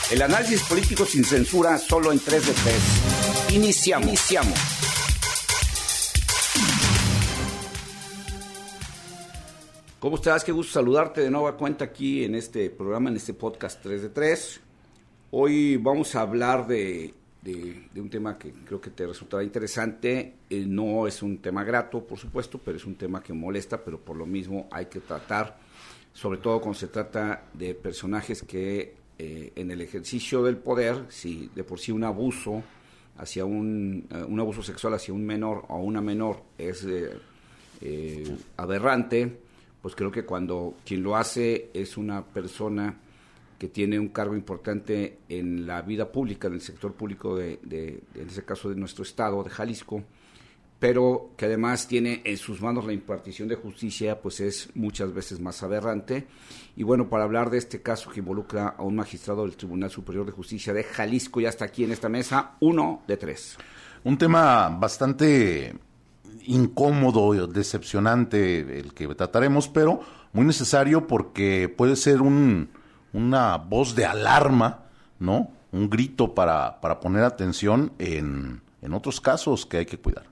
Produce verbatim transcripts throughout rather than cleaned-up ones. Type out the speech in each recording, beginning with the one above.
El análisis político sin censura, solo en tres de tres. Iniciamos. Iniciamos. ¿Cómo estás? Qué gusto saludarte de nueva cuenta aquí en este programa, en este podcast tres de tres. Hoy vamos a hablar de, de, de un tema que creo que te resultará interesante. Eh, no es un tema grato, por supuesto, pero es un tema que molesta, pero por lo mismo hay que tratar, sobre todo cuando se trata de personajes que eh, en el ejercicio del poder, si de por sí un abuso hacia un, uh, un abuso sexual hacia un menor o una menor es eh, eh, aberrante, pues creo que cuando quien lo hace es una persona que tiene un cargo importante en la vida pública, en el sector público, de, de, de, en ese caso de nuestro estado, de Jalisco, pero que además tiene en sus manos la impartición de justicia, pues es muchas veces más aberrante. Y bueno, para hablar de este caso que involucra a un magistrado del Tribunal Superior de Justicia de Jalisco, ya está aquí en esta mesa, uno de tres. Un tema bastante incómodo, decepcionante el que trataremos, pero muy necesario porque puede ser un, una voz de alarma, ¿no? Un grito para, para poner atención en, en otros casos que hay que cuidar.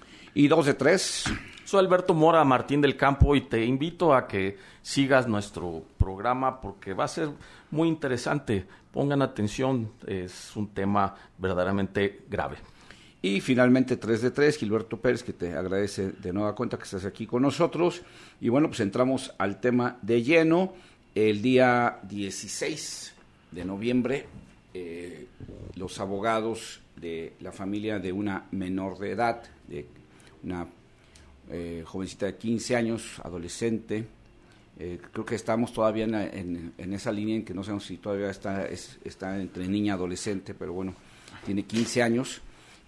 Y dos de tres. Soy Alberto Mora Martín del Campo y te invito a que sigas nuestro programa porque va a ser muy interesante. Pongan atención, es un tema verdaderamente grave. Y finalmente tres de tres, Gilberto Pérez, que te agradece de nueva cuenta que estás aquí con nosotros. Y bueno, pues entramos al tema de lleno. El día dieciséis de noviembre, eh, los abogados de la familia de una menor de edad, de una eh, jovencita de quince años, adolescente, eh, creo que estamos todavía en, en, en esa línea en que no sabemos si todavía está, es, está entre niña y adolescente, pero bueno, tiene quince años.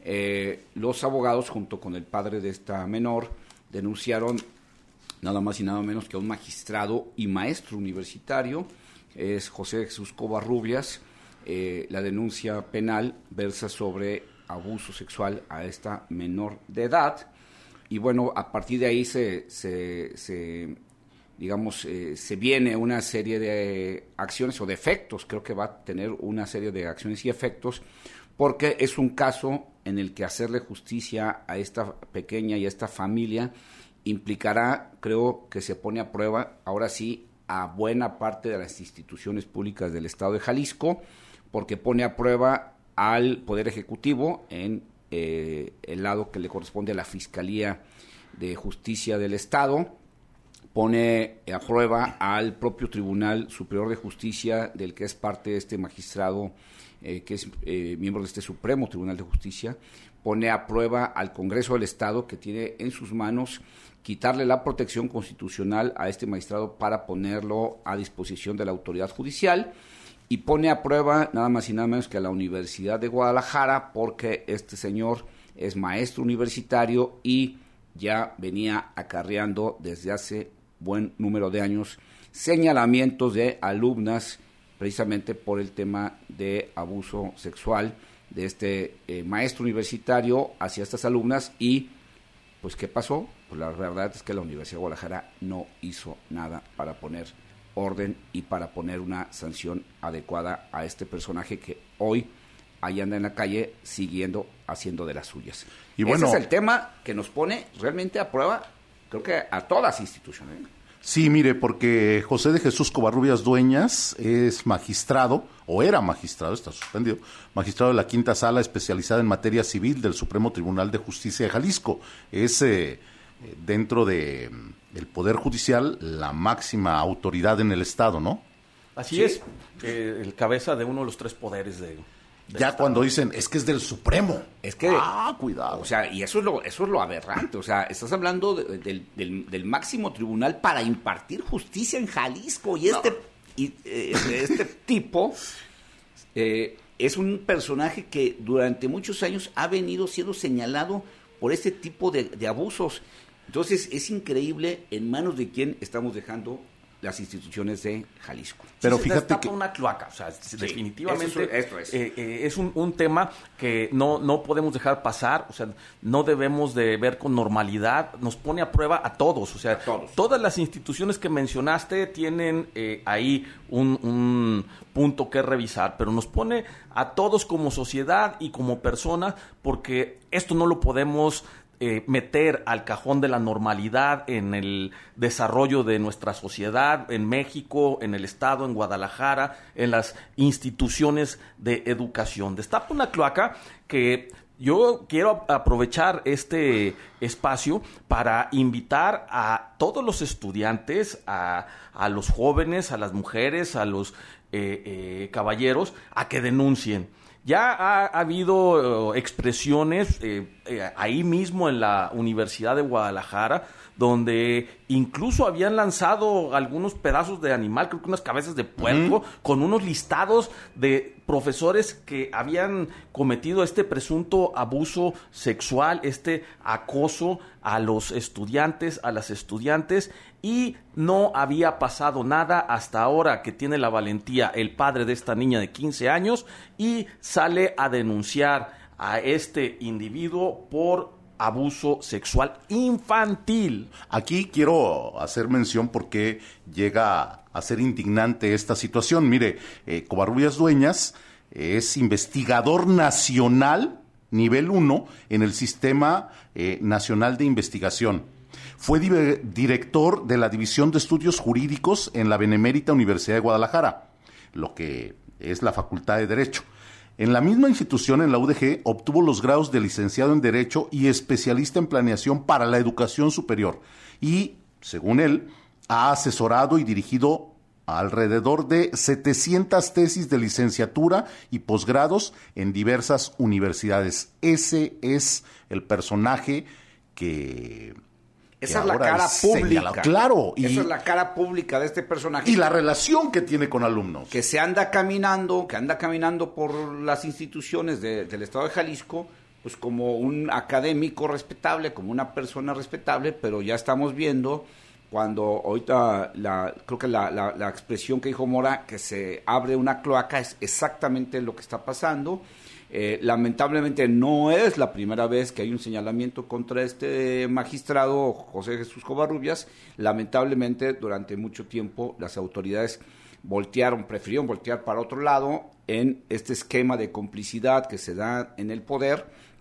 Eh, los abogados, junto con el padre de esta menor, denunciaron nada más y nada menos que a un magistrado y maestro universitario, es José Jesús Covarrubias. Eh, la denuncia penal versa sobre abuso sexual a esta menor de edad, y bueno, a partir de ahí se, se, se digamos, eh, se viene una serie de acciones o de efectos, creo que va a tener una serie de acciones y efectos, porque es un caso en el que hacerle justicia a esta pequeña y a esta familia implicará, creo que se pone a prueba, ahora sí, a buena parte de las instituciones públicas del estado de Jalisco, porque pone a prueba al Poder Ejecutivo en eh, el lado que le corresponde a la Fiscalía de Justicia del Estado, pone a prueba al propio Tribunal Superior de Justicia, del que es parte de este magistrado, eh, que es eh, miembro de este Supremo Tribunal de Justicia, pone a prueba al Congreso del Estado, que tiene en sus manos quitarle la protección constitucional a este magistrado para ponerlo a disposición de la autoridad judicial, y pone a prueba nada más y nada menos que a la Universidad de Guadalajara, porque este señor es maestro universitario y ya venía acarreando desde hace buen número de años señalamientos de alumnas precisamente por el tema de abuso sexual de este eh, maestro universitario hacia estas alumnas. Y pues ¿qué pasó? Pues la verdad es que la Universidad de Guadalajara no hizo nada para poner orden y para poner una sanción adecuada a este personaje que hoy ahí anda en la calle siguiendo haciendo de las suyas. Y bueno, ese es el tema que nos pone realmente a prueba, creo que a todas las instituciones. Sí, mire, porque José de Jesús Covarrubias Dueñas es magistrado, o era magistrado, está suspendido, magistrado de la Quinta Sala especializada en materia civil del Supremo Tribunal de Justicia de Jalisco. Es eh, dentro de el Poder Judicial la máxima autoridad en el Estado, ¿no? Así sí. es, eh, el cabeza de uno de los tres poderes de... Ya Estado. Cuando dicen, es que es del Supremo. Es que... Ah, cuidado. O sea, y eso es lo, eso es lo aberrante. O sea, estás hablando de, de, del, del máximo tribunal para impartir justicia en Jalisco. Y este, no. y, eh, este tipo eh, es un personaje que durante muchos años ha venido siendo señalado por este tipo de, de abusos. Entonces, es increíble en manos de quién estamos dejando las instituciones de Jalisco. Pero sí, fíjate que una cloaca, o sea, sí, definitivamente eso, esto es, eh, eh, es un, un tema que no, no podemos dejar pasar, o sea, no debemos de ver con normalidad, nos pone a prueba a todos, o sea, todos. Todas las instituciones que mencionaste tienen eh, ahí un, un punto que revisar, pero nos pone a todos como sociedad y como personas, porque esto no lo podemos Eh, meter al cajón de la normalidad en el desarrollo de nuestra sociedad, en México, en el Estado, en Guadalajara, en las instituciones de educación. Destapa una cloaca que yo quiero aprovechar este espacio para invitar a todos los estudiantes, a, a los jóvenes, a las mujeres, a los eh, eh, caballeros, a que denuncien. Ya ha, ha habido uh, expresiones eh, eh, ahí mismo en la Universidad de Guadalajara, donde incluso habían lanzado algunos pedazos de animal, creo que unas cabezas de puerco, uh-huh. con unos listados de profesores que habían cometido este presunto abuso sexual, este acoso a los estudiantes, a las estudiantes, y no había pasado nada hasta ahora que tiene la valentía el padre de esta niña de quince años y sale a denunciar a este individuo por abuso sexual infantil. Aquí quiero hacer mención porque llega a ser indignante esta situación. Mire, eh, Covarrubias Dueñas es investigador nacional nivel uno en el Sistema eh, Nacional de Investigación. Fue di- director de la División de Estudios Jurídicos en la Benemérita Universidad de Guadalajara, lo que es la Facultad de Derecho. En la misma institución, en la U D G, obtuvo los grados de licenciado en Derecho y especialista en Planeación para la Educación Superior. Y, según él, ha asesorado y dirigido alrededor de setecientas tesis de licenciatura y posgrados en diversas universidades. Ese es el personaje que... Esa es la cara pública. Señalado. Claro. Y, esa es la cara pública de este personaje. Y la relación que tiene con alumnos. Que se anda caminando, que anda caminando por las instituciones de, del Estado de Jalisco, pues como un académico respetable, como una persona respetable, pero ya estamos viendo cuando ahorita, la, creo que la, la, la expresión que dijo Mora, que se abre una cloaca, es exactamente lo que está pasando. Eh, lamentablemente no es la primera vez que hay un señalamiento contra este magistrado José Jesús Covarrubias. Lamentablemente durante mucho tiempo las autoridades voltearon, prefirieron voltear para otro lado en este esquema de complicidad que se da en el poder,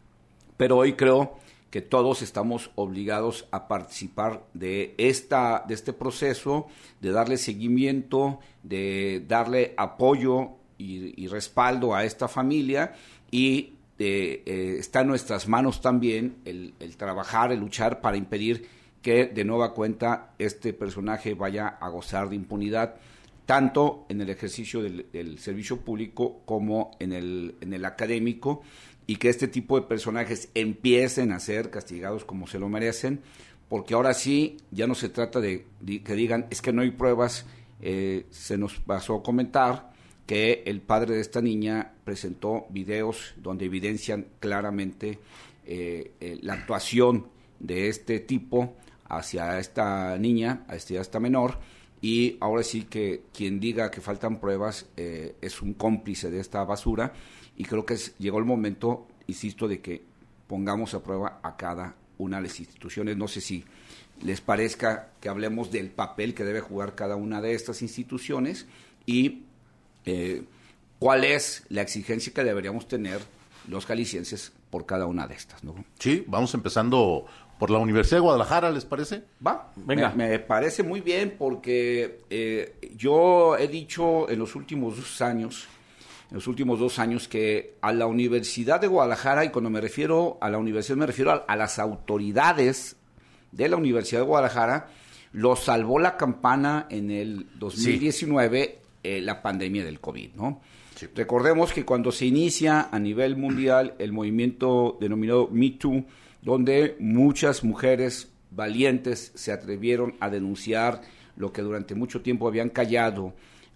pero hoy creo que todos estamos obligados a participar de esta, de este proceso, de darle seguimiento, de darle apoyo y, y respaldo a esta familia. Y eh, eh, está en nuestras manos también el, el trabajar, el luchar para impedir que de nueva cuenta este personaje vaya a gozar de impunidad, tanto en el ejercicio del, del servicio público como en el, en el académico, y que este tipo de personajes empiecen a ser castigados como se lo merecen, porque ahora sí ya no se trata de, de que digan es que no hay pruebas. Eh, se nos pasó a comentar que el padre de esta niña presentó videos donde evidencian claramente eh, eh, la actuación de este tipo hacia esta niña, hacia esta menor, y ahora sí que quien diga que faltan pruebas eh, es un cómplice de esta basura, y creo que es, llegó el momento, insisto, de que pongamos a prueba a cada una de las instituciones. No sé si les parezca que hablemos del papel que debe jugar cada una de estas instituciones y Eh, cuál es la exigencia que deberíamos tener los jaliscienses por cada una de estas, ¿no? Sí, vamos empezando por la Universidad de Guadalajara, ¿les parece? Va, venga. Me, me parece muy bien porque eh, yo he dicho en los últimos dos años, en los últimos dos años que a la Universidad de Guadalajara, y cuando me refiero a la universidad me refiero a, a las autoridades de la Universidad de Guadalajara, lo salvó la campana en el dos mil diecinueve. Sí. Eh, la pandemia del COVID, ¿no? Sí. Recordemos que cuando se inicia a nivel mundial el movimiento denominado Me Too, donde muchas mujeres valientes se atrevieron a denunciar lo que durante mucho tiempo habían callado,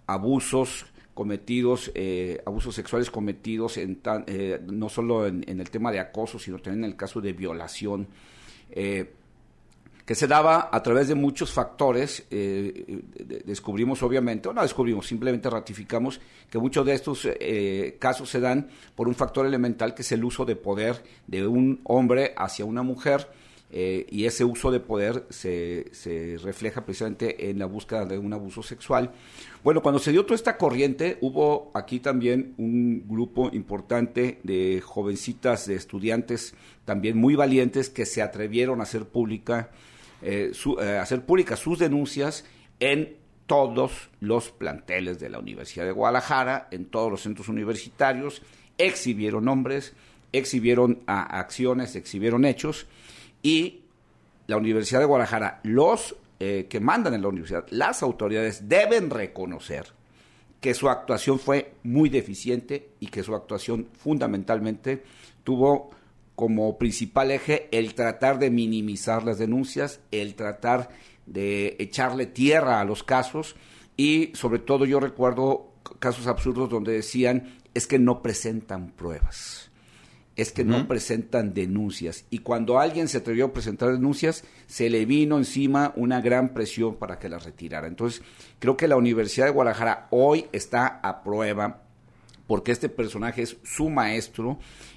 abusos cometidos, eh, abusos sexuales cometidos en tan, eh, no solo en, en el tema de acoso, sino también en el caso de violación. Eh, que se daba a través de muchos factores. Eh, de, descubrimos obviamente, o no descubrimos, simplemente ratificamos que muchos de estos eh, casos se dan por un factor elemental que es el uso de poder de un hombre hacia una mujer, eh, y ese uso de poder se, se refleja precisamente en la búsqueda de un abuso sexual. Bueno, cuando se dio toda esta corriente, hubo aquí también un grupo importante de jovencitas, de estudiantes también muy valientes que se atrevieron a hacer pública Eh, su, eh, hacer públicas sus denuncias en todos los planteles de la Universidad de Guadalajara, en todos los centros universitarios, exhibieron nombres, exhibieron a, acciones, exhibieron hechos, y la Universidad de Guadalajara, los eh, que mandan en la universidad, las autoridades deben reconocer que su actuación fue muy deficiente y que su actuación fundamentalmente tuvo como principal eje el tratar de minimizar las denuncias, el tratar de echarle tierra a los casos, y sobre todo yo recuerdo casos absurdos donde decían, es que no presentan pruebas, es que uh-huh. no presentan denuncias, y cuando alguien se atrevió a presentar denuncias, se le vino encima una gran presión para que las retirara. Entonces, creo que la Universidad de Guadalajara hoy está a prueba, porque este personaje es su maestro.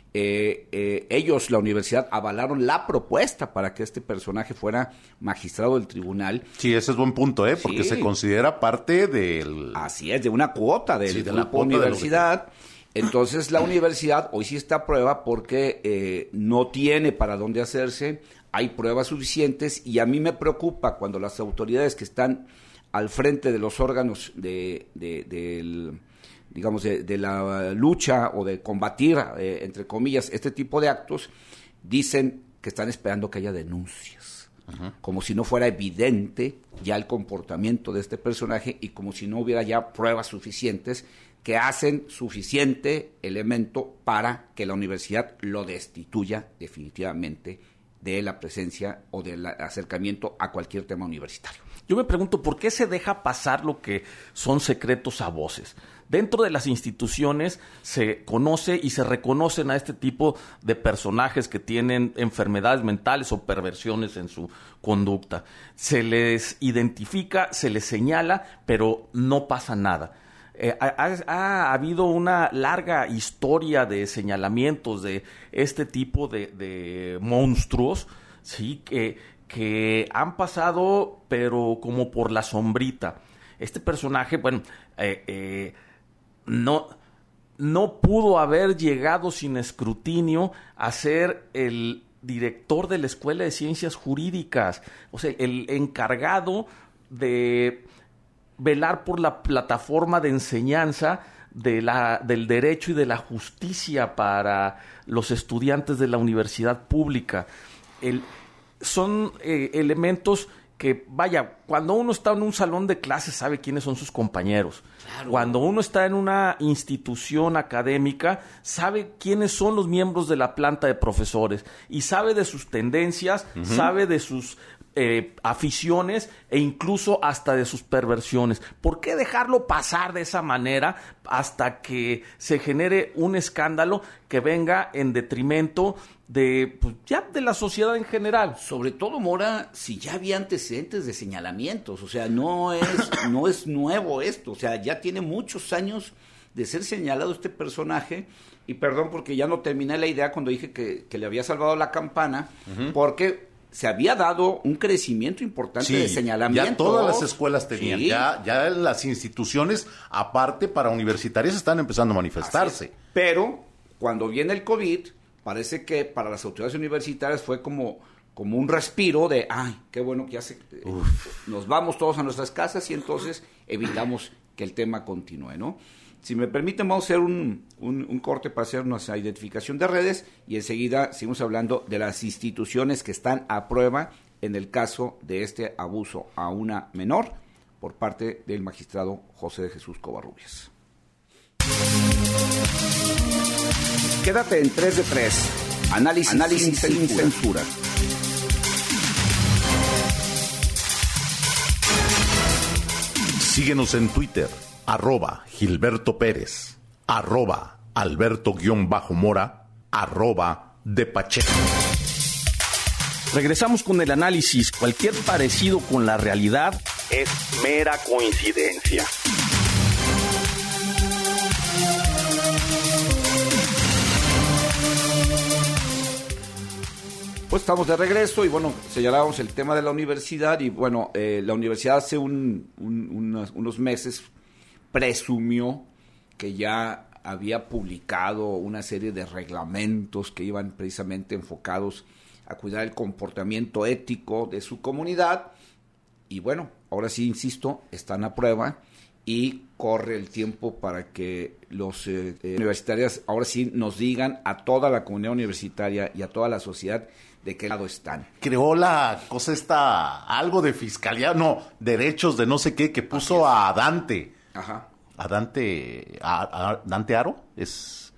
Eh, eh, ellos, la universidad, avalaron la propuesta para que este personaje fuera magistrado del tribunal. Sí, ese es buen punto, ¿eh? Porque sí. se considera parte del... Así es, de una cuota del sí, de grupo la universidad. Entonces, la universidad hoy sí está a prueba porque eh, no tiene para dónde hacerse, hay pruebas suficientes, y a mí me preocupa cuando las autoridades que están al frente de los órganos de, de, del... digamos, de, de la lucha o de combatir, eh, entre comillas, este tipo de actos, dicen que están esperando que haya denuncias, uh-huh. como si no fuera evidente ya el comportamiento de este personaje y como si no hubiera ya pruebas suficientes que hacen suficiente elemento para que la universidad lo destituya definitivamente de la presencia o del acercamiento a cualquier tema universitario. Yo me pregunto, ¿por qué se deja pasar lo que son secretos a voces? Dentro de las instituciones se conoce y se reconocen a este tipo de personajes que tienen enfermedades mentales o perversiones en su conducta. Se les identifica, se les señala, pero no pasa nada. Eh, ha, ha, ha habido una larga historia de señalamientos de este tipo de, de monstruos, sí, que, que han pasado, pero como por la sombrita. Este personaje, bueno, eh, eh, no, no pudo haber llegado sin escrutinio a ser el director de la Escuela de Ciencias Jurídicas, o sea, el encargado de velar por la plataforma de enseñanza de la, del derecho y de la justicia para los estudiantes de la universidad pública. El, son eh, elementos que, vaya, cuando uno está en un salón de clases sabe quiénes son sus compañeros. Claro. Cuando uno está en una institución académica sabe quiénes son los miembros de la planta de profesores y sabe de sus tendencias, uh-huh. sabe de sus Eh, aficiones e incluso hasta de sus perversiones. ¿Por qué dejarlo pasar de esa manera hasta que se genere un escándalo que venga en detrimento de, pues, ya de la sociedad en general? Sobre todo, Mora, si ya había antecedentes de señalamientos, o sea, no es, no es nuevo esto, o sea, ya tiene muchos años de ser señalado este personaje. Y perdón porque ya no terminé la idea cuando dije que, que le había salvado la campana, uh-huh. porque se había dado un crecimiento importante sí, de señalamientos. Ya todas las escuelas tenían, sí. ya, ya las instituciones, aparte para universitarias, están empezando a manifestarse. Pero cuando viene el COVID, parece que para las autoridades universitarias fue como, como un respiro de, ay, qué bueno que ya se, eh, nos vamos todos a nuestras casas y entonces evitamos que el tema continúe, ¿no? Si me permiten, vamos a hacer un, un, un corte para hacer nuestra identificación de redes y enseguida seguimos hablando de las instituciones que están a prueba en el caso de este abuso a una menor por parte del magistrado José de Jesús Covarrubias. Quédate en tres de tres. Análisis, Análisis sin, sin censura. Síguenos en Twitter. Arroba Gilberto Pérez, arroba Alberto-Mora, arroba de Pacheco. Regresamos con el análisis. Cualquier parecido con la realidad es mera coincidencia. Pues estamos de regreso y bueno, señalábamos el tema de la universidad y bueno, eh, la universidad hace un, un, unos, unos meses presumió que ya había publicado una serie de reglamentos que iban precisamente enfocados a cuidar el comportamiento ético de su comunidad y bueno, ahora sí, insisto, están a prueba y corre el tiempo para que los eh, universitarios ahora sí nos digan a toda la comunidad universitaria y a toda la sociedad de qué lado están. Creó la cosa esta, algo de fiscalía, no, derechos de no sé qué, que puso a Dante. Ajá. A Dante, a, a Dante Aro, es,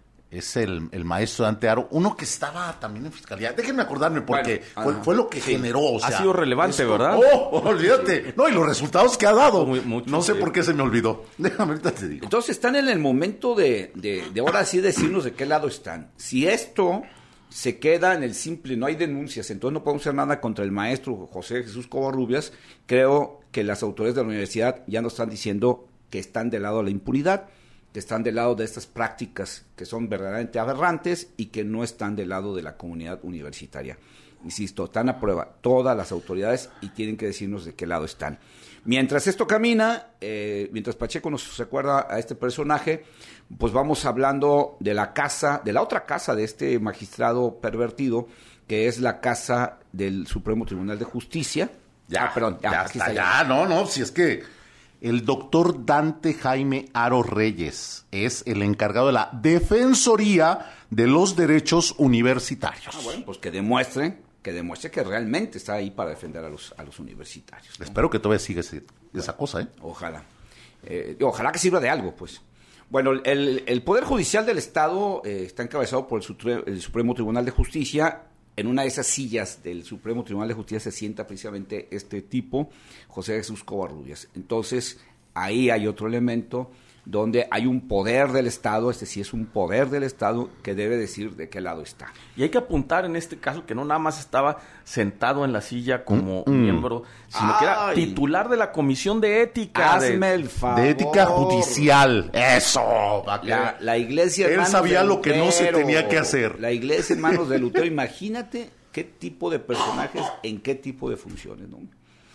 es el, el maestro Dante Aro, uno que estaba también en fiscalía. Déjenme acordarme porque bueno, fue, fue lo que sí. generó. O sea, ha sido relevante, esto, ¿verdad? Oh, olvídate. No, y los resultados que ha dado. Muy, mucho, no sé sí. por qué se me olvidó. Déjame ahorita te digo. Entonces están en el momento de, de, de ahora sí decirnos de qué lado están. Si esto se queda en el simple, no hay denuncias, entonces no podemos hacer nada contra el maestro José Jesús Covarrubias, creo que las autoridades de la universidad ya nos están diciendo que están del lado de la impunidad, que están del lado de estas prácticas que son verdaderamente aberrantes y que no están del lado de la comunidad universitaria. Insisto, están a prueba todas las autoridades y tienen que decirnos de qué lado están. Mientras esto camina, eh, mientras Pacheco nos recuerda a este personaje, pues vamos hablando de la casa, de la otra casa de este magistrado pervertido, que es la casa del Supremo Tribunal de Justicia. Ya, ah, perdón, ya, ya está, ya, no, no, si es que el doctor Dante Jaime Aro Reyes es el encargado de la Defensoría de los Derechos Universitarios. Ah, bueno, pues que demuestre, que demuestre que realmente está ahí para defender a los, a los universitarios, ¿no? Espero que todavía siga ese, bueno, esa cosa, ¿eh? Ojalá. Eh, ojalá que sirva de algo, pues. Bueno, el, el Poder Judicial del Estado eh, está encabezado por el, Sutre, el Supremo Tribunal de Justicia. En una de esas sillas del Supremo Tribunal de Justicia se sienta precisamente este tipo, José Jesús Covarrubias. Entonces, ahí hay otro elemento donde hay un poder del Estado, este sí es un poder del Estado que debe decir de qué lado está. Y hay que apuntar en este caso que no nada más estaba sentado en la silla como mm, miembro, sino ay, que era titular de la Comisión de Ética. Hazme de, el favor. De Ética Judicial. Eso. La, la iglesia Él sabía lo que no se tenía que hacer. La iglesia en manos de Lutero. Imagínate qué tipo de personajes, en qué tipo de funciones, ¿no?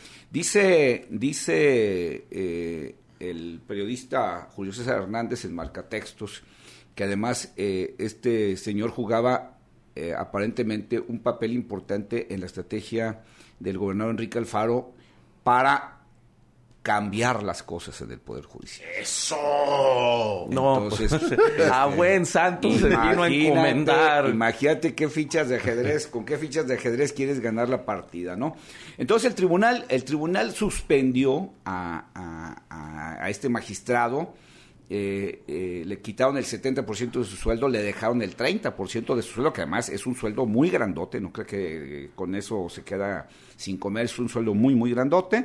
Dice, dice... Eh, el periodista Julio César Hernández en Marcatextos, que además eh, este señor jugaba eh, aparentemente un papel importante en la estrategia del gobernador Enrique Alfaro para cambiar las cosas en el Poder Judicial. ¡Eso! Entonces, no, pues, a buen santo se vino a encomendar. Imagínate qué fichas de ajedrez, con qué fichas de ajedrez quieres ganar la partida, ¿no? Entonces el tribunal, el tribunal suspendió a, a, a, a este magistrado, eh, eh, le quitaron el setenta por ciento de su sueldo, le dejaron el treinta por ciento de su sueldo, que además es un sueldo muy grandote, no creo que eh, con eso se queda sin comer, es un sueldo muy, muy grandote.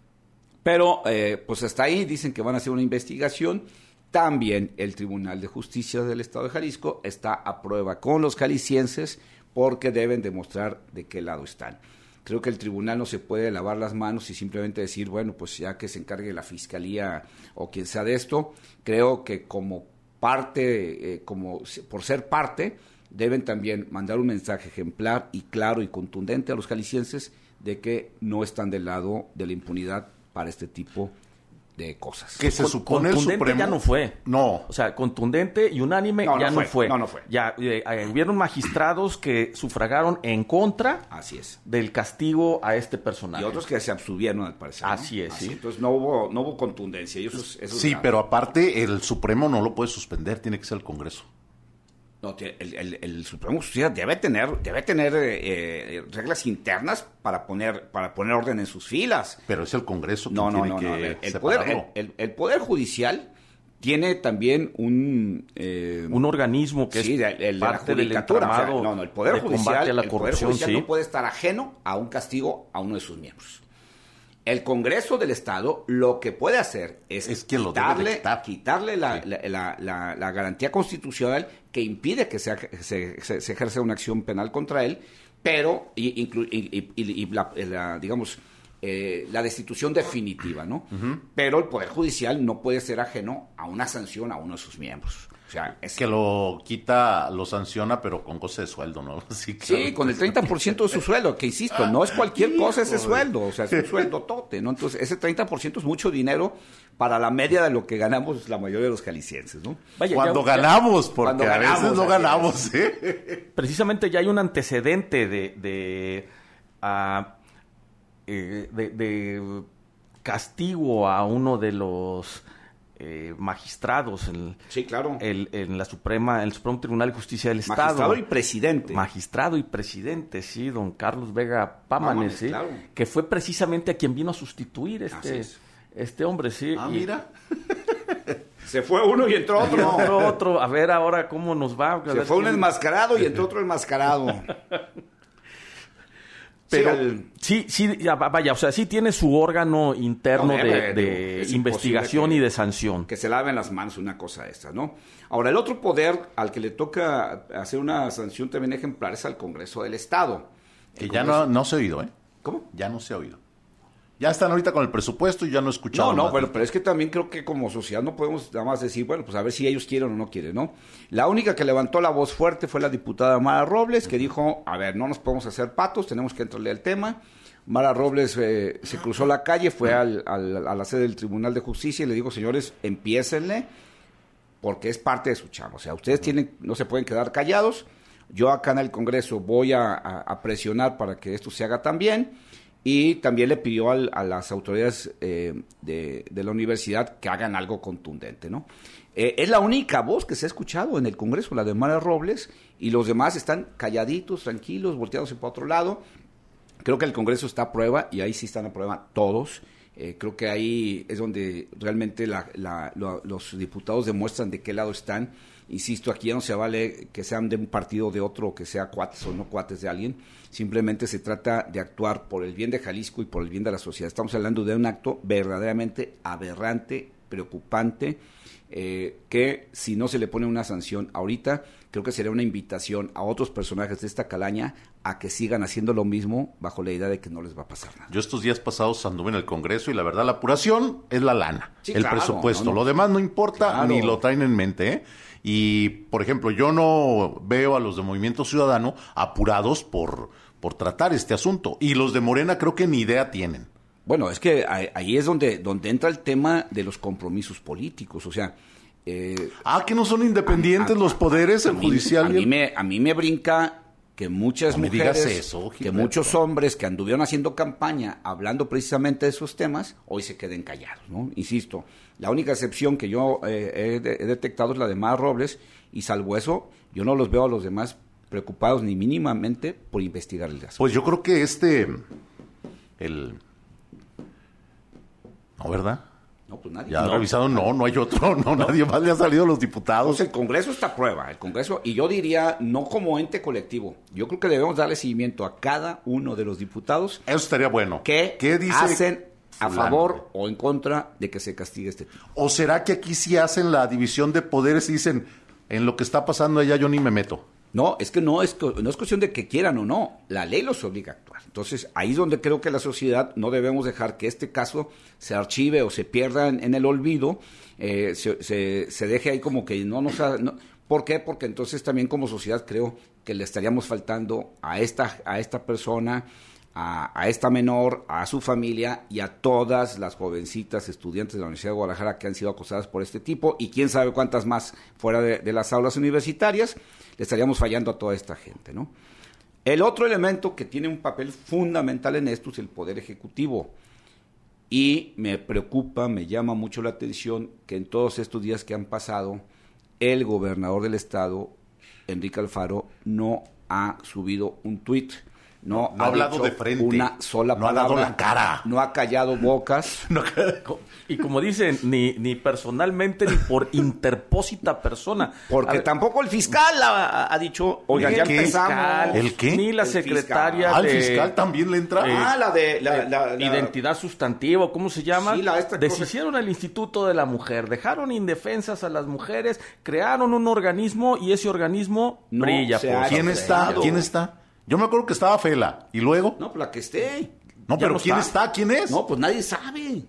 Pero, eh, pues hasta ahí dicen que van a hacer una investigación. También el Tribunal de Justicia del Estado de Jalisco está a prueba con los jaliscienses porque deben demostrar de qué lado están. Creo que el tribunal no se puede lavar las manos y simplemente decir, bueno, pues ya que se encargue la Fiscalía o quien sea de esto. Creo que como parte, eh, como por ser parte, deben también mandar un mensaje ejemplar y claro y contundente a los jaliscienses de que no están del lado de la impunidad para este tipo de cosas. Que se supone el Supremo ya no fue. No. O sea, contundente y unánime no, ya no fue. no fue. No, no fue. Ya eh, eh, hubieron magistrados que sufragaron en contra Así es. del castigo a este personaje. Y otros que se abstuvieron, al parecer, ¿no? Así es, Así, sí. Entonces no hubo, no hubo contundencia. Y eso es, eso sí, es pero aparte el Supremo no lo puede suspender, tiene que ser el Congreso. No, el, el, el Supremo Justicia debe tener, debe tener eh, reglas internas para poner, para poner orden en sus filas. Pero es el Congreso que no, no, tiene no, que no. El, el, separarlo. poder, el, el, el Poder Judicial tiene también un... Eh, un organismo que sí, es el, parte del entramado o sea, no, no, el Poder de Judicial, combate a la el corrupción, Poder Judicial sí. no puede estar ajeno a un castigo a uno de sus miembros. El Congreso del Estado lo que puede hacer es, es que lo quitarle, debe de quitar. quitarle la, sí. la, la, la, la garantía constitucional que impide que se, se, se, se ejerza una acción penal contra él, pero, y, inclu, y, y, y, y la, la, digamos, eh, la destitución definitiva, ¿no? Uh-huh. Pero el Poder Judicial no puede ser ajeno a una sanción a uno de sus miembros. O sea, es que lo quita, lo sanciona, pero con goce de sueldo, ¿no? Sí, claro. Sí, con el treinta por ciento de su sueldo, que insisto, no es cualquier cosa ese sueldo, o sea, es un sueldo tote, ¿no? Entonces, ese treinta por ciento es mucho dinero para la media de lo que ganamos la mayoría de los jaliscienses, ¿no? Vaya, cuando ya, ganamos, porque cuando a ganamos, veces no ganamos, ¿eh? Precisamente ya hay un antecedente de, de, uh, eh, de, de castigo a uno de los... Eh, magistrados en, sí, claro. el, en la Suprema, en el Supremo Tribunal de Justicia del Estado. Magistrado y presidente. Magistrado y presidente, sí, don Carlos Vega Pámanes, ¿sí? Claro. Que fue precisamente a quien vino a sustituir este, este hombre, sí. Ah, y, mira. Se fue uno y entró otro. Y entró otro, a ver ahora cómo nos va. Se fue un enmascarado y entró otro enmascarado. Pero sí, sí, sí, vaya, o sea, sí tiene su órgano interno no, de, de investigación que, y de sanción. Que se laven las manos, una cosa esta, ¿no? Ahora, el otro poder al que le toca hacer una sanción también ejemplar es al Congreso del Estado. Que ya no, no se ha oído, ¿eh? ¿Cómo? Ya no se ha oído. Ya están ahorita con el presupuesto y ya no he escuchado. No, no, pero, pero es que también creo que como sociedad no podemos nada más decir, bueno, pues a ver si ellos quieren o no quieren, ¿no? La única que levantó la voz fuerte fue la diputada Mara Robles, que dijo, a ver, no nos podemos hacer patos, tenemos que entrarle al tema. Mara Robles eh, se cruzó la calle, fue al, al, a la sede del Tribunal de Justicia y le dijo, señores, empiécenle, porque es parte de su chamba. O sea, ustedes tienen, no se pueden quedar callados. Yo acá en el Congreso voy a, a, a presionar para que esto se haga también. Y también le pidió al, a las autoridades eh, de, de la universidad que hagan algo contundente, ¿no? Eh, es la única voz que se ha escuchado en el Congreso, la de Mara Robles, y los demás están calladitos, tranquilos, volteados para otro lado. Creo que el Congreso está a prueba, y ahí sí están a prueba todos. Eh, creo que ahí es donde realmente la, la, lo, los diputados demuestran de qué lado están. Insisto, aquí ya no se vale que sean de un partido o de otro, o que sea cuates o no cuates de alguien. Simplemente se trata de actuar por el bien de Jalisco y por el bien de la sociedad. Estamos hablando de un acto verdaderamente aberrante, preocupante, eh, que si no se le pone una sanción ahorita, creo que sería una invitación a otros personajes de esta calaña a que sigan haciendo lo mismo bajo la idea de que no les va a pasar nada. Yo estos días pasados anduve en el Congreso y la verdad la apuración es la lana, sí, el claro, presupuesto. No, no. Lo demás no importa, claro. Ni lo traen en mente, ¿eh? Y, por ejemplo, yo no veo a los de Movimiento Ciudadano apurados por, por tratar este asunto. Y los de Morena creo que ni idea tienen. Bueno, es que ahí es donde, donde entra el tema de los compromisos políticos. O sea... Eh, ah, que no son independientes a, a, los poderes, a, el a judicial. Mí, a, mí me, a mí me brinca que muchas no mujeres, me eso, que muchos hombres que anduvieron haciendo campaña hablando precisamente de esos temas, hoy se queden callados, ¿no? Insisto, la única excepción que yo eh, he, de, he detectado es la de Mara Robles, y salvo eso, yo no los veo a los demás preocupados ni mínimamente por investigar el caso. Pues yo creo que este, el... ¿No, verdad? No, pues nadie. Ya no, revisado, no, no hay otro, no, no, nadie más le ha salido a los diputados. Pues el Congreso está a prueba, el Congreso, y yo diría, no como ente colectivo, yo creo que debemos darle seguimiento a cada uno de los diputados. Eso estaría bueno. Que ¿Qué dice hacen a fulano, favor o en contra de que se castigue este tipo? ¿O será que aquí sí hacen la división de poderes y dicen, en lo que está pasando allá yo ni me meto? No, es que no es, no es cuestión de que quieran o no, la ley los obliga a actuar. Entonces, ahí es donde creo que la sociedad no debemos dejar que este caso se archive o se pierda en, en el olvido, eh, se, se, se deje ahí como que no nos... Ha, no, ¿por qué? Porque entonces también como sociedad creo que le estaríamos faltando a esta, a esta persona, a, a esta menor, a su familia y a todas las jovencitas estudiantes de la Universidad de Guadalajara que han sido acosadas por este tipo, y quién sabe cuántas más fuera de, de las aulas universitarias. Le estaríamos fallando a toda esta gente, ¿no? El otro elemento que tiene un papel fundamental en esto es el Poder Ejecutivo. Y me preocupa, me llama mucho la atención que en todos estos días que han pasado, el gobernador del estado, Enrique Alfaro, no ha subido un tuit. No, no ha hablado de frente. Una sola no palabra. No ha dado la cara. No ha callado bocas. No, y como dicen, ni, ni personalmente ni por interpósita persona. Porque ver, tampoco el fiscal ha, ha dicho, oigan, ya empezamos. ¿El qué? Ni la el secretaria fiscal. de... ¿Al fiscal también le entra? Eh, ah, la de... La, eh, la, la, identidad sustantiva, ¿cómo se llama? Sí, la esta Deshicieron cosa. El Instituto de la Mujer, dejaron indefensas a las mujeres, crearon un organismo y ese organismo no brilla. Por ¿Quién está? ¿Quién está? Yo me acuerdo que estaba Fela, y luego... No, pues la que esté. No, Ya pero ¿quién está? ¿Quién es? No, pues nadie sabe.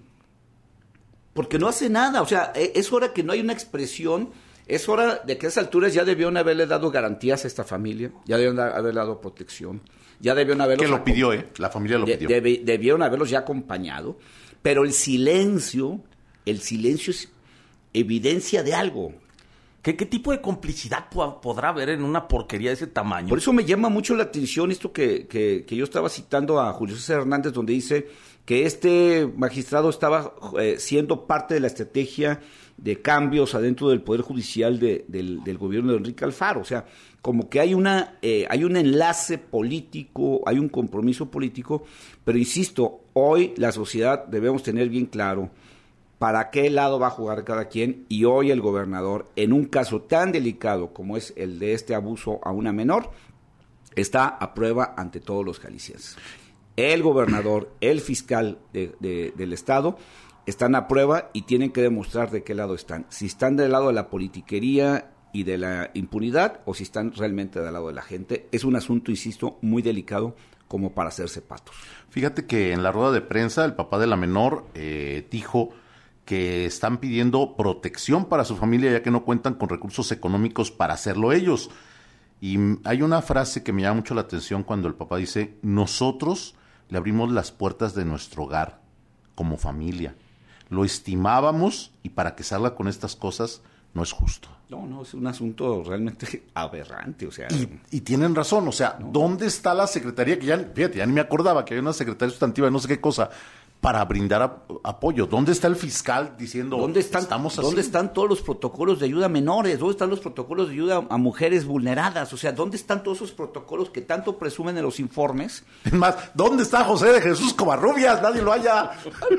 Porque no hace nada. O sea, e- es hora que no hay una expresión. Es hora de que a esas alturas ya debieron haberle dado garantías a esta familia. Ya debieron da- haberle dado protección. Ya debieron haberlos... Que lo acom- pidió, ¿eh? La familia lo de- pidió. debe- debieron haberlos ya acompañado. Pero el silencio, el silencio es evidencia de algo. ¿Qué, qué tipo de complicidad po- podrá haber en una porquería de ese tamaño? Por eso me llama mucho la atención esto que, que, que yo estaba citando a Julio César Hernández, donde dice que este magistrado estaba eh, siendo parte de la estrategia de cambios adentro del Poder Judicial de, del, del gobierno de Enrique Alfaro. O sea, como que hay una eh, hay un enlace político, hay un compromiso político, pero insisto, hoy la sociedad debemos tener bien claro para qué lado va a jugar cada quien, y hoy el gobernador, en un caso tan delicado como es el de este abuso a una menor, está a prueba ante todos los jaliscienses. El gobernador, el fiscal de, de, del estado, están a prueba y tienen que demostrar de qué lado están. Si están del lado de la politiquería y de la impunidad, o si están realmente del lado de la gente. Es un asunto, insisto, muy delicado como para hacerse patos. Fíjate que en la rueda de prensa el papá de la menor eh, dijo que están pidiendo protección para su familia ya que no cuentan con recursos económicos para hacerlo ellos. Y hay una frase que me llama mucho la atención cuando el papá dice: nosotros le abrimos las puertas de nuestro hogar como familia. Lo estimábamos y para que salga con estas cosas no es justo. No, no, es un asunto realmente aberrante, o sea... Y, y tienen razón, o sea, ¿no? ¿Dónde está la secretaría? Que ya, fíjate, ya ni me acordaba que había una secretaría sustantiva de no sé qué cosa para brindar a, apoyo. ¿Dónde está el fiscal diciendo, ¿Dónde están, estamos así? ¿Dónde están todos los protocolos de ayuda a menores? ¿Dónde están los protocolos de ayuda a mujeres vulneradas? O sea, ¿dónde están todos esos protocolos que tanto presumen en los informes? Es más, ¿dónde está José de Jesús Covarrubias? Nadie lo haya...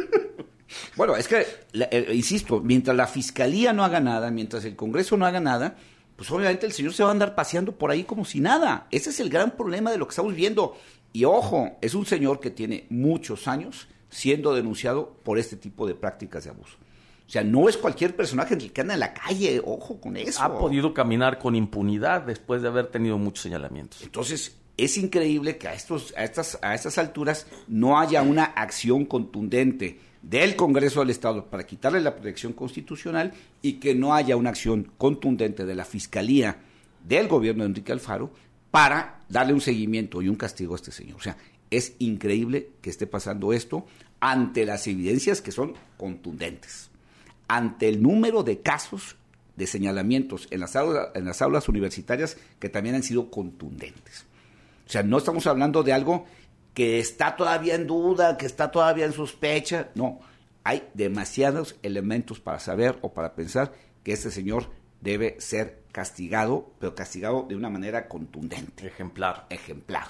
Bueno, es que, eh, insisto, mientras la Fiscalía no haga nada, mientras el Congreso no haga nada, pues obviamente el señor se va a andar paseando por ahí como si nada. Ese es el gran problema de lo que estamos viendo. Y ojo, es un señor que tiene muchos años siendo denunciado por este tipo de prácticas de abuso. O sea, no es cualquier personaje que anda en la calle, ojo con eso. Ha podido caminar con impunidad después de haber tenido muchos señalamientos. Entonces, es increíble que a, estos, a, estas, a estas alturas no haya una acción contundente del Congreso del Estado para quitarle la protección constitucional y que no haya una acción contundente de la Fiscalía del gobierno de Enrique Alfaro para darle un seguimiento y un castigo a este señor. O sea, es increíble que esté pasando esto ante las evidencias que son contundentes, ante el número de casos de señalamientos en las aulas, en las aulas universitarias que también han sido contundentes. O sea, no estamos hablando de algo que está todavía en duda, que está todavía en sospecha. No, hay demasiados elementos para saber o para pensar que este señor debe ser castigado, pero castigado de una manera contundente. Ejemplar. Ejemplar.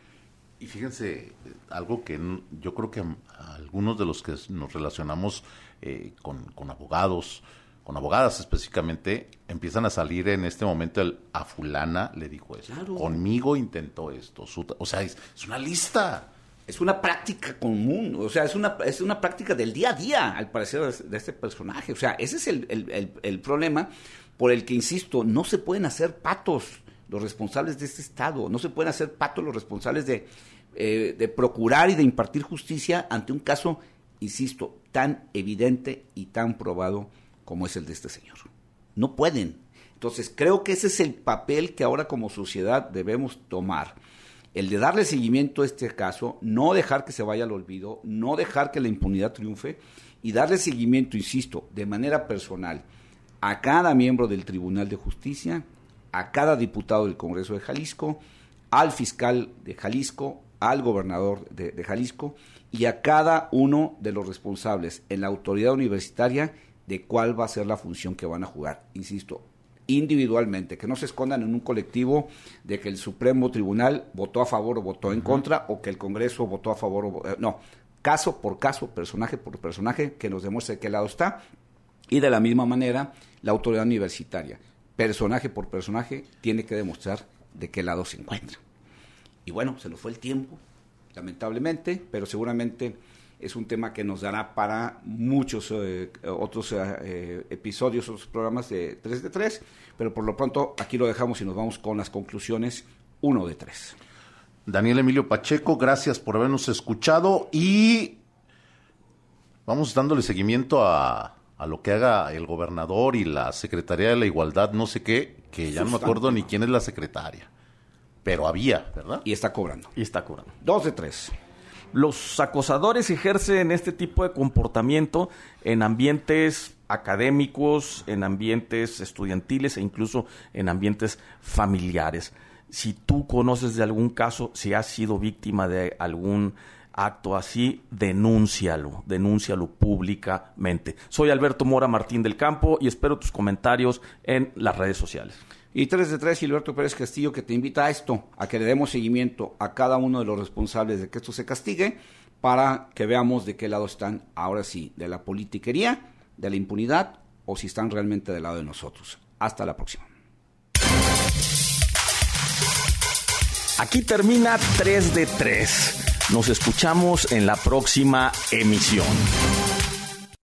Y fíjense, algo que yo creo que a algunos de los que nos relacionamos eh, con, con abogados, con abogadas específicamente, empiezan a salir en este momento el a fulana le dijo eso, claro. Conmigo intentó esto, su, o sea, es, es una lista. Es una práctica común, o sea, es una es una práctica del día a día, al parecer, de este personaje. O sea, ese es el, el, el, el problema por el que, insisto, no se pueden hacer patos los responsables de este Estado, no se pueden hacer patos los responsables de, eh, de procurar y de impartir justicia ante un caso, insisto, tan evidente y tan probado como es el de este señor. No pueden. Entonces, creo que ese es el papel que ahora como sociedad debemos tomar. El de darle seguimiento a este caso, no dejar que se vaya al olvido, no dejar que la impunidad triunfe y darle seguimiento, insisto, de manera personal a cada miembro del Tribunal de Justicia, a cada diputado del Congreso de Jalisco, al fiscal de Jalisco, al gobernador de, de Jalisco y a cada uno de los responsables en la autoridad universitaria de cuál va a ser la función que van a jugar. Insisto, individualmente, que no se escondan en un colectivo de que el Supremo Tribunal votó a favor o votó en uh-huh. contra, o que el Congreso votó a favor o eh, no, caso por caso, personaje por personaje, que nos demuestre de qué lado está, y de la misma manera la autoridad universitaria, personaje por personaje, tiene que demostrar de qué lado se encuentra. Y bueno, se nos fue el tiempo, lamentablemente, pero seguramente es un tema que nos dará para muchos eh, otros eh, episodios, otros programas de tres de tres, pero por lo pronto aquí lo dejamos y nos vamos con las conclusiones uno de tres. Daniel Emilio Pacheco, gracias por habernos escuchado y vamos dándole seguimiento a, a lo que haga el gobernador y la Secretaría de la Igualdad, no sé qué, que ya no me acuerdo ni quién es la secretaria, pero había, ¿verdad? Y está cobrando. Y está cobrando. Dos de tres. Los acosadores ejercen este tipo de comportamiento en ambientes académicos, en ambientes estudiantiles e incluso en ambientes familiares. Si tú conoces de algún caso, si has sido víctima de algún acto así, denúncialo, denúncialo públicamente. Soy Alberto Mora Martín del Campo y espero tus comentarios en las redes sociales. Y tres de tres, Gilberto Pérez Castillo, que te invita a esto, a que le demos seguimiento a cada uno de los responsables de que esto se castigue, para que veamos de qué lado están ahora sí, de la politiquería, de la impunidad, o si están realmente del lado de nosotros. Hasta la próxima. Aquí termina tres de tres. Nos escuchamos en la próxima emisión.